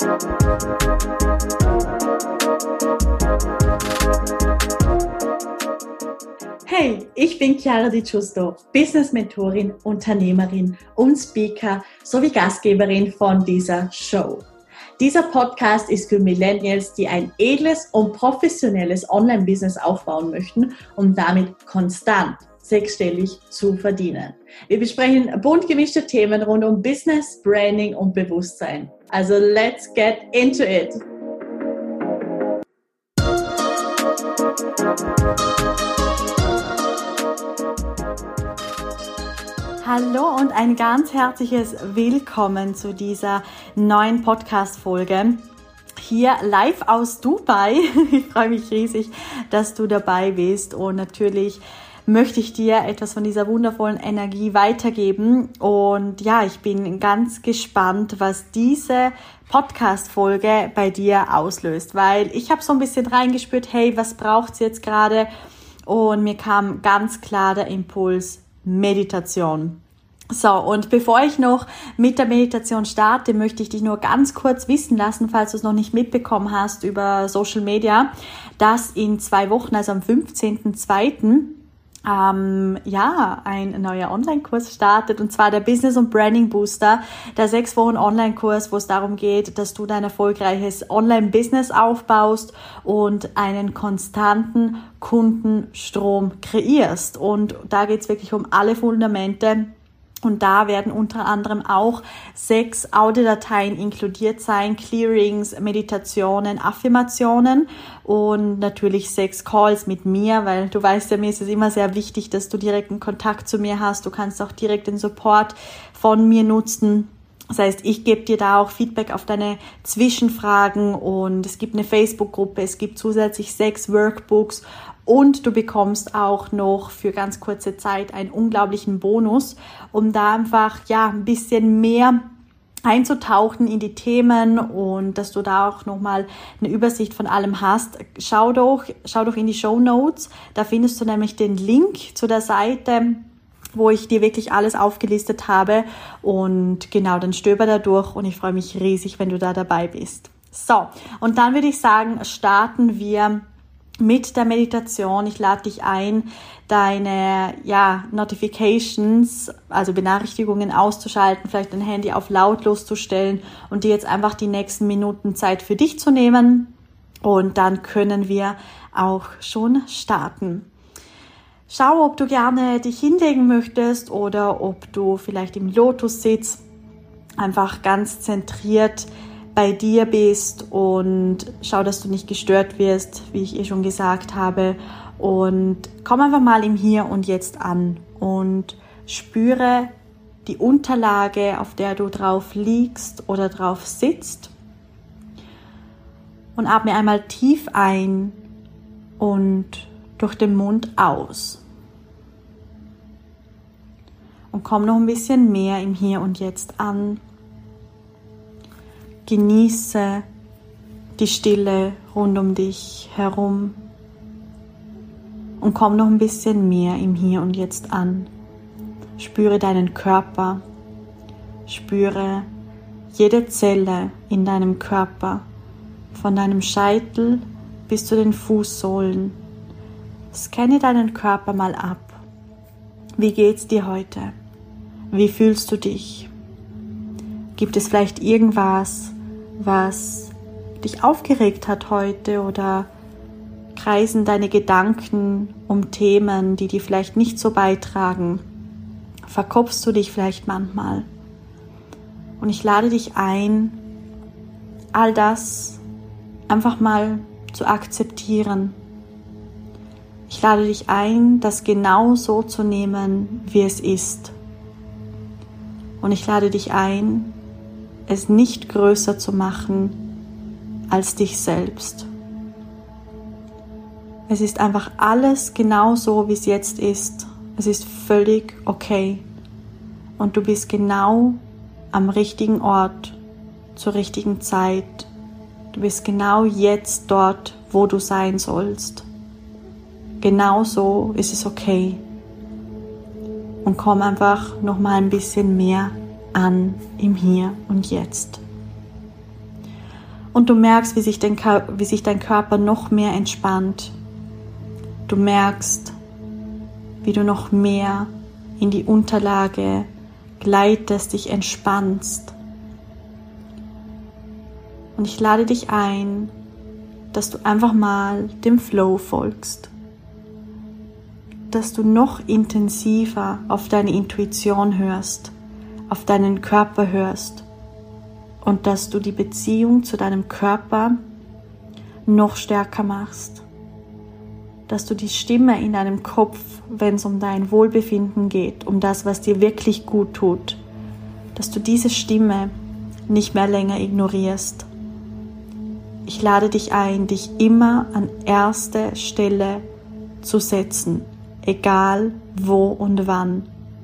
Hey, ich bin Chiara Di Giusto, Business-Mentorin, Unternehmerin und Speaker sowie Gastgeberin von dieser Show. Dieser Podcast ist für Millennials, die ein edles und professionelles Online-Business aufbauen möchten, um damit konstant sechsstellig zu verdienen. Wir besprechen bunt gemischte Themen rund um Business, Branding und Bewusstsein. Also let's get into it! Hallo und ein ganz herzliches Willkommen zu dieser neuen Podcast-Folge. Hier live aus Dubai. Ich freue mich riesig, dass du dabei bist und natürlich möchte ich dir etwas von dieser wundervollen Energie weitergeben. Und ja, ich bin ganz gespannt, was diese Podcast-Folge bei dir auslöst, weil ich habe so ein bisschen reingespürt, hey, was braucht es jetzt gerade? Und mir kam ganz klar der Impuls, Meditation. So, und bevor ich noch mit der Meditation starte, möchte ich dich nur ganz kurz wissen lassen, falls du es noch nicht mitbekommen hast über Social Media, dass in 2 Wochen, also am 15.02., ein neuer Online-Kurs startet, und zwar der Business- und Branding Booster, der 6 Wochen Online-Kurs, wo es darum geht, dass du dein erfolgreiches Online-Business aufbaust und einen konstanten Kundenstrom kreierst. Und da geht es wirklich um alle Fundamente. Und da werden unter anderem auch 6 Audiodateien inkludiert sein, Clearings, Meditationen, Affirmationen und natürlich 6 Calls mit mir, weil du weißt ja, mir ist es immer sehr wichtig, dass du direkten Kontakt zu mir hast. Du kannst auch direkt den Support von mir nutzen. Das heißt, ich gebe dir da auch Feedback auf deine Zwischenfragen und es gibt eine Facebook-Gruppe, es gibt zusätzlich 6 Workbooks und du bekommst auch noch für ganz kurze Zeit einen unglaublichen Bonus, um da einfach ein bisschen mehr einzutauchen in die Themen und dass du da auch nochmal eine Übersicht von allem hast. Schau doch in die Shownotes, da findest du nämlich den Link zu der Seite, wo ich dir wirklich alles aufgelistet habe, und genau, dann stöber da durch und ich freue mich riesig, wenn du da dabei bist. So, und dann würde ich sagen, starten wir mit der Meditation. Ich lade dich ein, deine Notifications, also Benachrichtigungen auszuschalten, vielleicht dein Handy auf lautlos zu stellen und dir jetzt einfach die nächsten Minuten Zeit für dich zu nehmen, und dann können wir auch schon starten. Schau, ob du gerne dich hinlegen möchtest oder ob du vielleicht im Lotus sitzt, einfach ganz zentriert bei dir bist, und schau, dass du nicht gestört wirst, wie ich schon gesagt habe, und komm einfach mal im Hier und Jetzt an und spüre die Unterlage, auf der du drauf liegst oder drauf sitzt, und atme einmal tief ein und durch den Mund aus. Und komm noch ein bisschen mehr im Hier und Jetzt an. Genieße die Stille rund um dich herum und komm noch ein bisschen mehr im Hier und Jetzt an. Spüre deinen Körper, spüre jede Zelle in deinem Körper, von deinem Scheitel bis zu den Fußsohlen. Scanne deinen Körper mal ab. Wie geht's dir heute? Wie fühlst du dich? Gibt es vielleicht irgendwas, was dich aufgeregt hat heute, oder kreisen deine Gedanken um Themen, die dir vielleicht nicht so beitragen? Verkopfst du dich vielleicht manchmal? Und ich lade dich ein, all das einfach mal zu akzeptieren. Ich lade dich ein, das genau so zu nehmen, wie es ist. Und ich lade dich ein, es nicht größer zu machen als dich selbst. Es ist einfach alles genau so, wie es jetzt ist. Es ist völlig okay. Und du bist genau am richtigen Ort, zur richtigen Zeit. Du bist genau jetzt dort, wo du sein sollst. Genau so ist es okay. Und komm einfach noch mal ein bisschen mehr an im Hier und Jetzt. Und du merkst, wie sich dein Körper noch mehr entspannt. Du merkst, wie du noch mehr in die Unterlage gleitest, dich entspannst. Und ich lade dich ein, dass du einfach mal dem Flow folgst. Dass du noch intensiver auf deine Intuition hörst, auf deinen Körper hörst und dass du die Beziehung zu deinem Körper noch stärker machst. Dass du die Stimme in deinem Kopf, wenn es um dein Wohlbefinden geht, um das, was dir wirklich gut tut, dass du diese Stimme nicht mehr länger ignorierst. Ich lade dich ein, dich immer an erste Stelle zu setzen, egal wo und wann.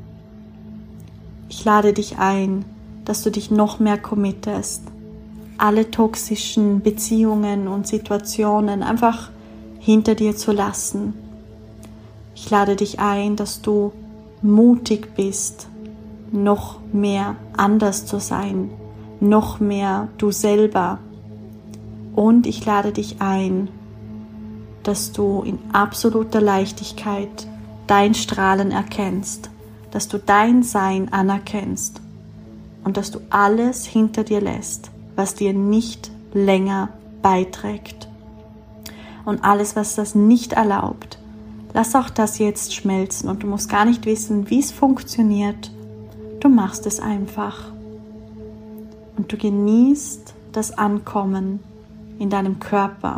Ich lade dich ein, dass du dich noch mehr committest, alle toxischen Beziehungen und Situationen einfach hinter dir zu lassen. Ich lade dich ein, dass du mutig bist, noch mehr anders zu sein, noch mehr du selber. Und ich lade dich ein, dass du in absoluter Leichtigkeit dein Strahlen erkennst, dass du dein Sein anerkennst und dass du alles hinter dir lässt, was dir nicht länger beiträgt. Und alles, was das nicht erlaubt, lass auch das jetzt schmelzen und du musst gar nicht wissen, wie es funktioniert. Du machst es einfach und du genießt das Ankommen in deinem Körper,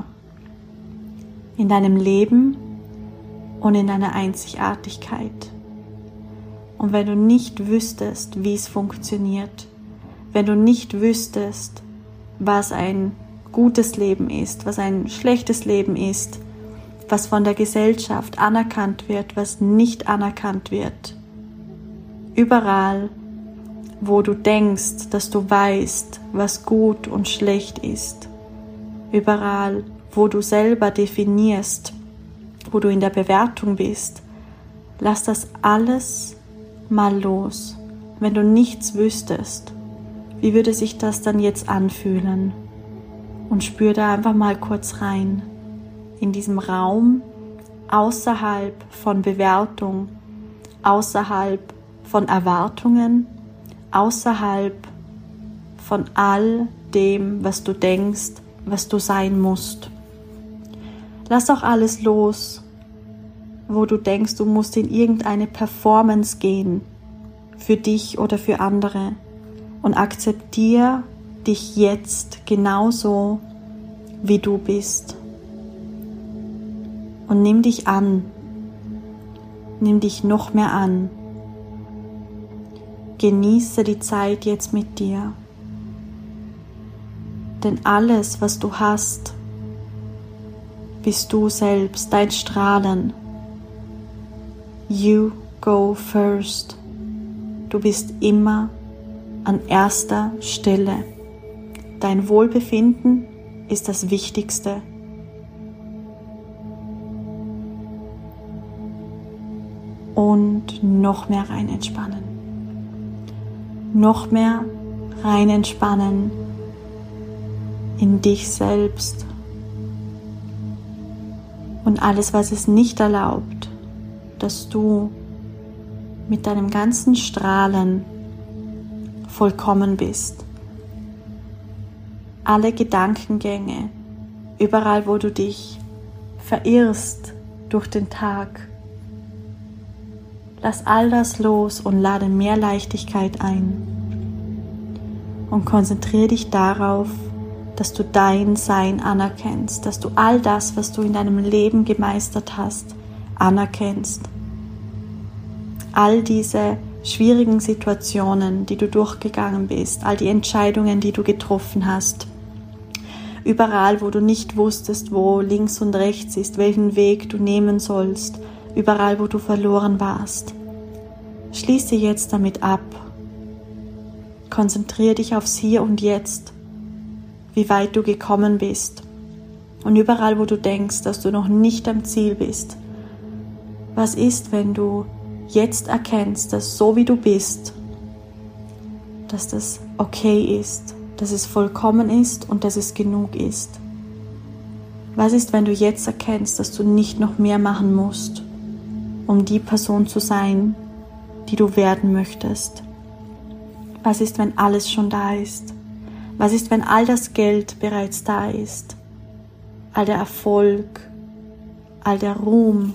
in deinem Leben und in deiner Einzigartigkeit. Und wenn du nicht wüsstest, wie es funktioniert, wenn du nicht wüsstest, was ein gutes Leben ist, was ein schlechtes Leben ist, was von der Gesellschaft anerkannt wird, was nicht anerkannt wird, überall, wo du denkst, dass du weißt, was gut und schlecht ist, überall, wo du selber definierst, wo du in der Bewertung bist, lass das alles mal los. Wenn du nichts wüsstest, wie würde sich das dann jetzt anfühlen? Und spür da einfach mal kurz rein, in diesem Raum, außerhalb von Bewertung, außerhalb von Erwartungen, außerhalb von all dem, was du denkst, was du sein musst. Lass auch alles los, wo du denkst, du musst in irgendeine Performance gehen, für dich oder für andere, und akzeptiere dich jetzt genauso, wie du bist. Und nimm dich an, nimm dich noch mehr an. Genieße die Zeit jetzt mit dir. Denn alles, was du hast, bist du selbst, dein Strahlen. You go first. Du bist immer an erster Stelle. Dein Wohlbefinden ist das Wichtigste. Und noch mehr rein entspannen. Noch mehr rein entspannen in dich selbst. Und alles, was es nicht erlaubt, dass du mit deinem ganzen Strahlen vollkommen bist. Alle Gedankengänge, überall wo du dich verirrst durch den Tag, lass all das los und lade mehr Leichtigkeit ein. Und konzentriere dich darauf, dass du dein Sein anerkennst, dass du all das, was du in deinem Leben gemeistert hast, anerkennst. All diese schwierigen Situationen, die du durchgegangen bist, all die Entscheidungen, die du getroffen hast, überall, wo du nicht wusstest, wo links und rechts ist, welchen Weg du nehmen sollst, überall, wo du verloren warst. Schließe jetzt damit ab. Konzentriere dich aufs Hier und Jetzt, wie weit du gekommen bist. Und überall, wo du denkst, dass du noch nicht am Ziel bist, was ist, wenn du jetzt erkennst, dass so wie du bist, dass das okay ist, dass es vollkommen ist und dass es genug ist? Was ist, wenn du jetzt erkennst, dass du nicht noch mehr machen musst, um die Person zu sein, die du werden möchtest? Was ist, wenn alles schon da ist? Was ist, wenn all das Geld bereits da ist? All der Erfolg, all der Ruhm,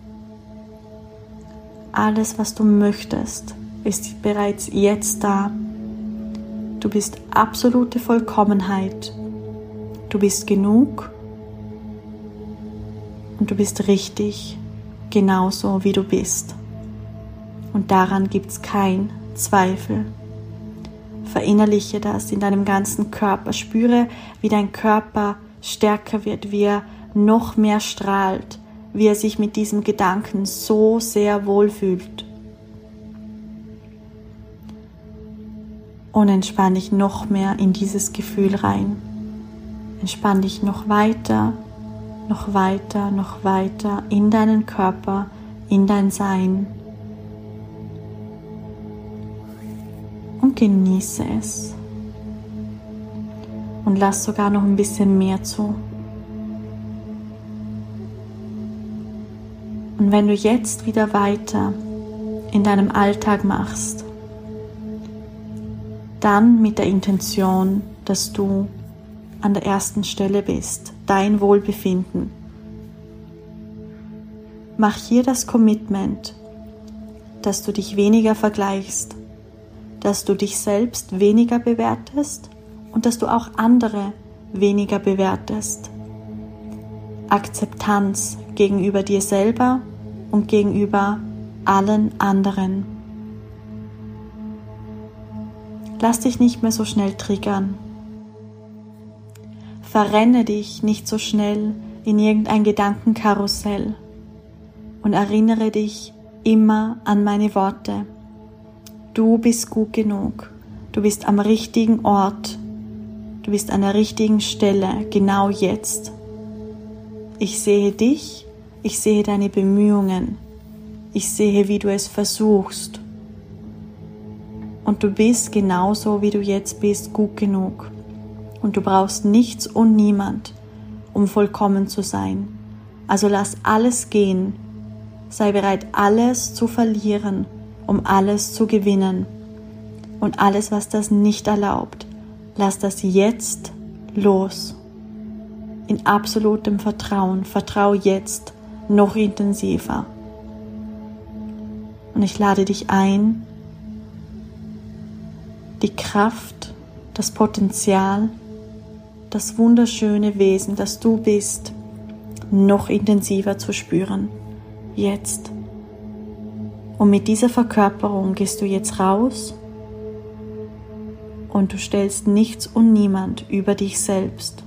alles, was du möchtest, ist bereits jetzt da. Du bist absolute Vollkommenheit. Du bist genug und du bist richtig, genauso wie du bist. Und daran gibt es keinen Zweifel. Verinnerliche das in deinem ganzen Körper. Spüre, wie dein Körper stärker wird, wie er noch mehr strahlt, wie er sich mit diesem Gedanken so sehr wohlfühlt. Und entspann dich noch mehr in dieses Gefühl rein. Entspann dich noch weiter, noch weiter, noch weiter in deinen Körper, in dein Sein. Und genieße es. Und lass sogar noch ein bisschen mehr zu. Und wenn du jetzt wieder weiter in deinem Alltag machst, dann mit der Intention, dass du an der ersten Stelle bist, dein Wohlbefinden. Mach hier das Commitment, dass du dich weniger vergleichst, dass du dich selbst weniger bewertest und dass du auch andere weniger bewertest. Akzeptanz gegenüber dir selber und gegenüber allen anderen. Lass dich nicht mehr so schnell triggern. Verrenne dich nicht so schnell in irgendein Gedankenkarussell und erinnere dich immer an meine Worte. Du bist gut genug. Du bist am richtigen Ort. Du bist an der richtigen Stelle, genau jetzt. Ich sehe dich, ich sehe deine Bemühungen. Ich sehe, wie du es versuchst. Und du bist genauso, wie du jetzt bist, gut genug. Und du brauchst nichts und niemand, um vollkommen zu sein. Also lass alles gehen. Sei bereit, alles zu verlieren, um alles zu gewinnen. Und alles, was das nicht erlaubt, lass das jetzt los. In absolutem Vertrauen. Vertrau jetzt noch intensiver. Und ich lade dich ein, die Kraft, das Potenzial, das wunderschöne Wesen, das du bist, noch intensiver zu spüren. Jetzt. Und mit dieser Verkörperung gehst du jetzt raus und du stellst nichts und niemand über dich selbst.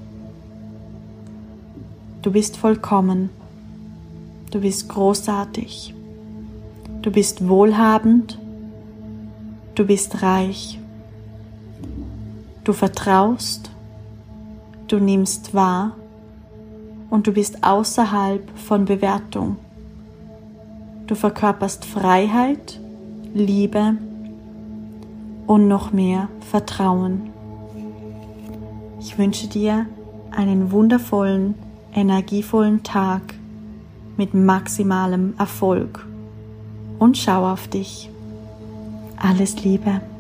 Du bist vollkommen. Du bist großartig. Du bist wohlhabend. Du bist reich. Du vertraust, du nimmst wahr und du bist außerhalb von Bewertung. Du verkörperst Freiheit, Liebe und noch mehr Vertrauen. Ich wünsche dir einen wundervollen, energievollen Tag mit maximalem Erfolg und schau auf dich. Alles Liebe.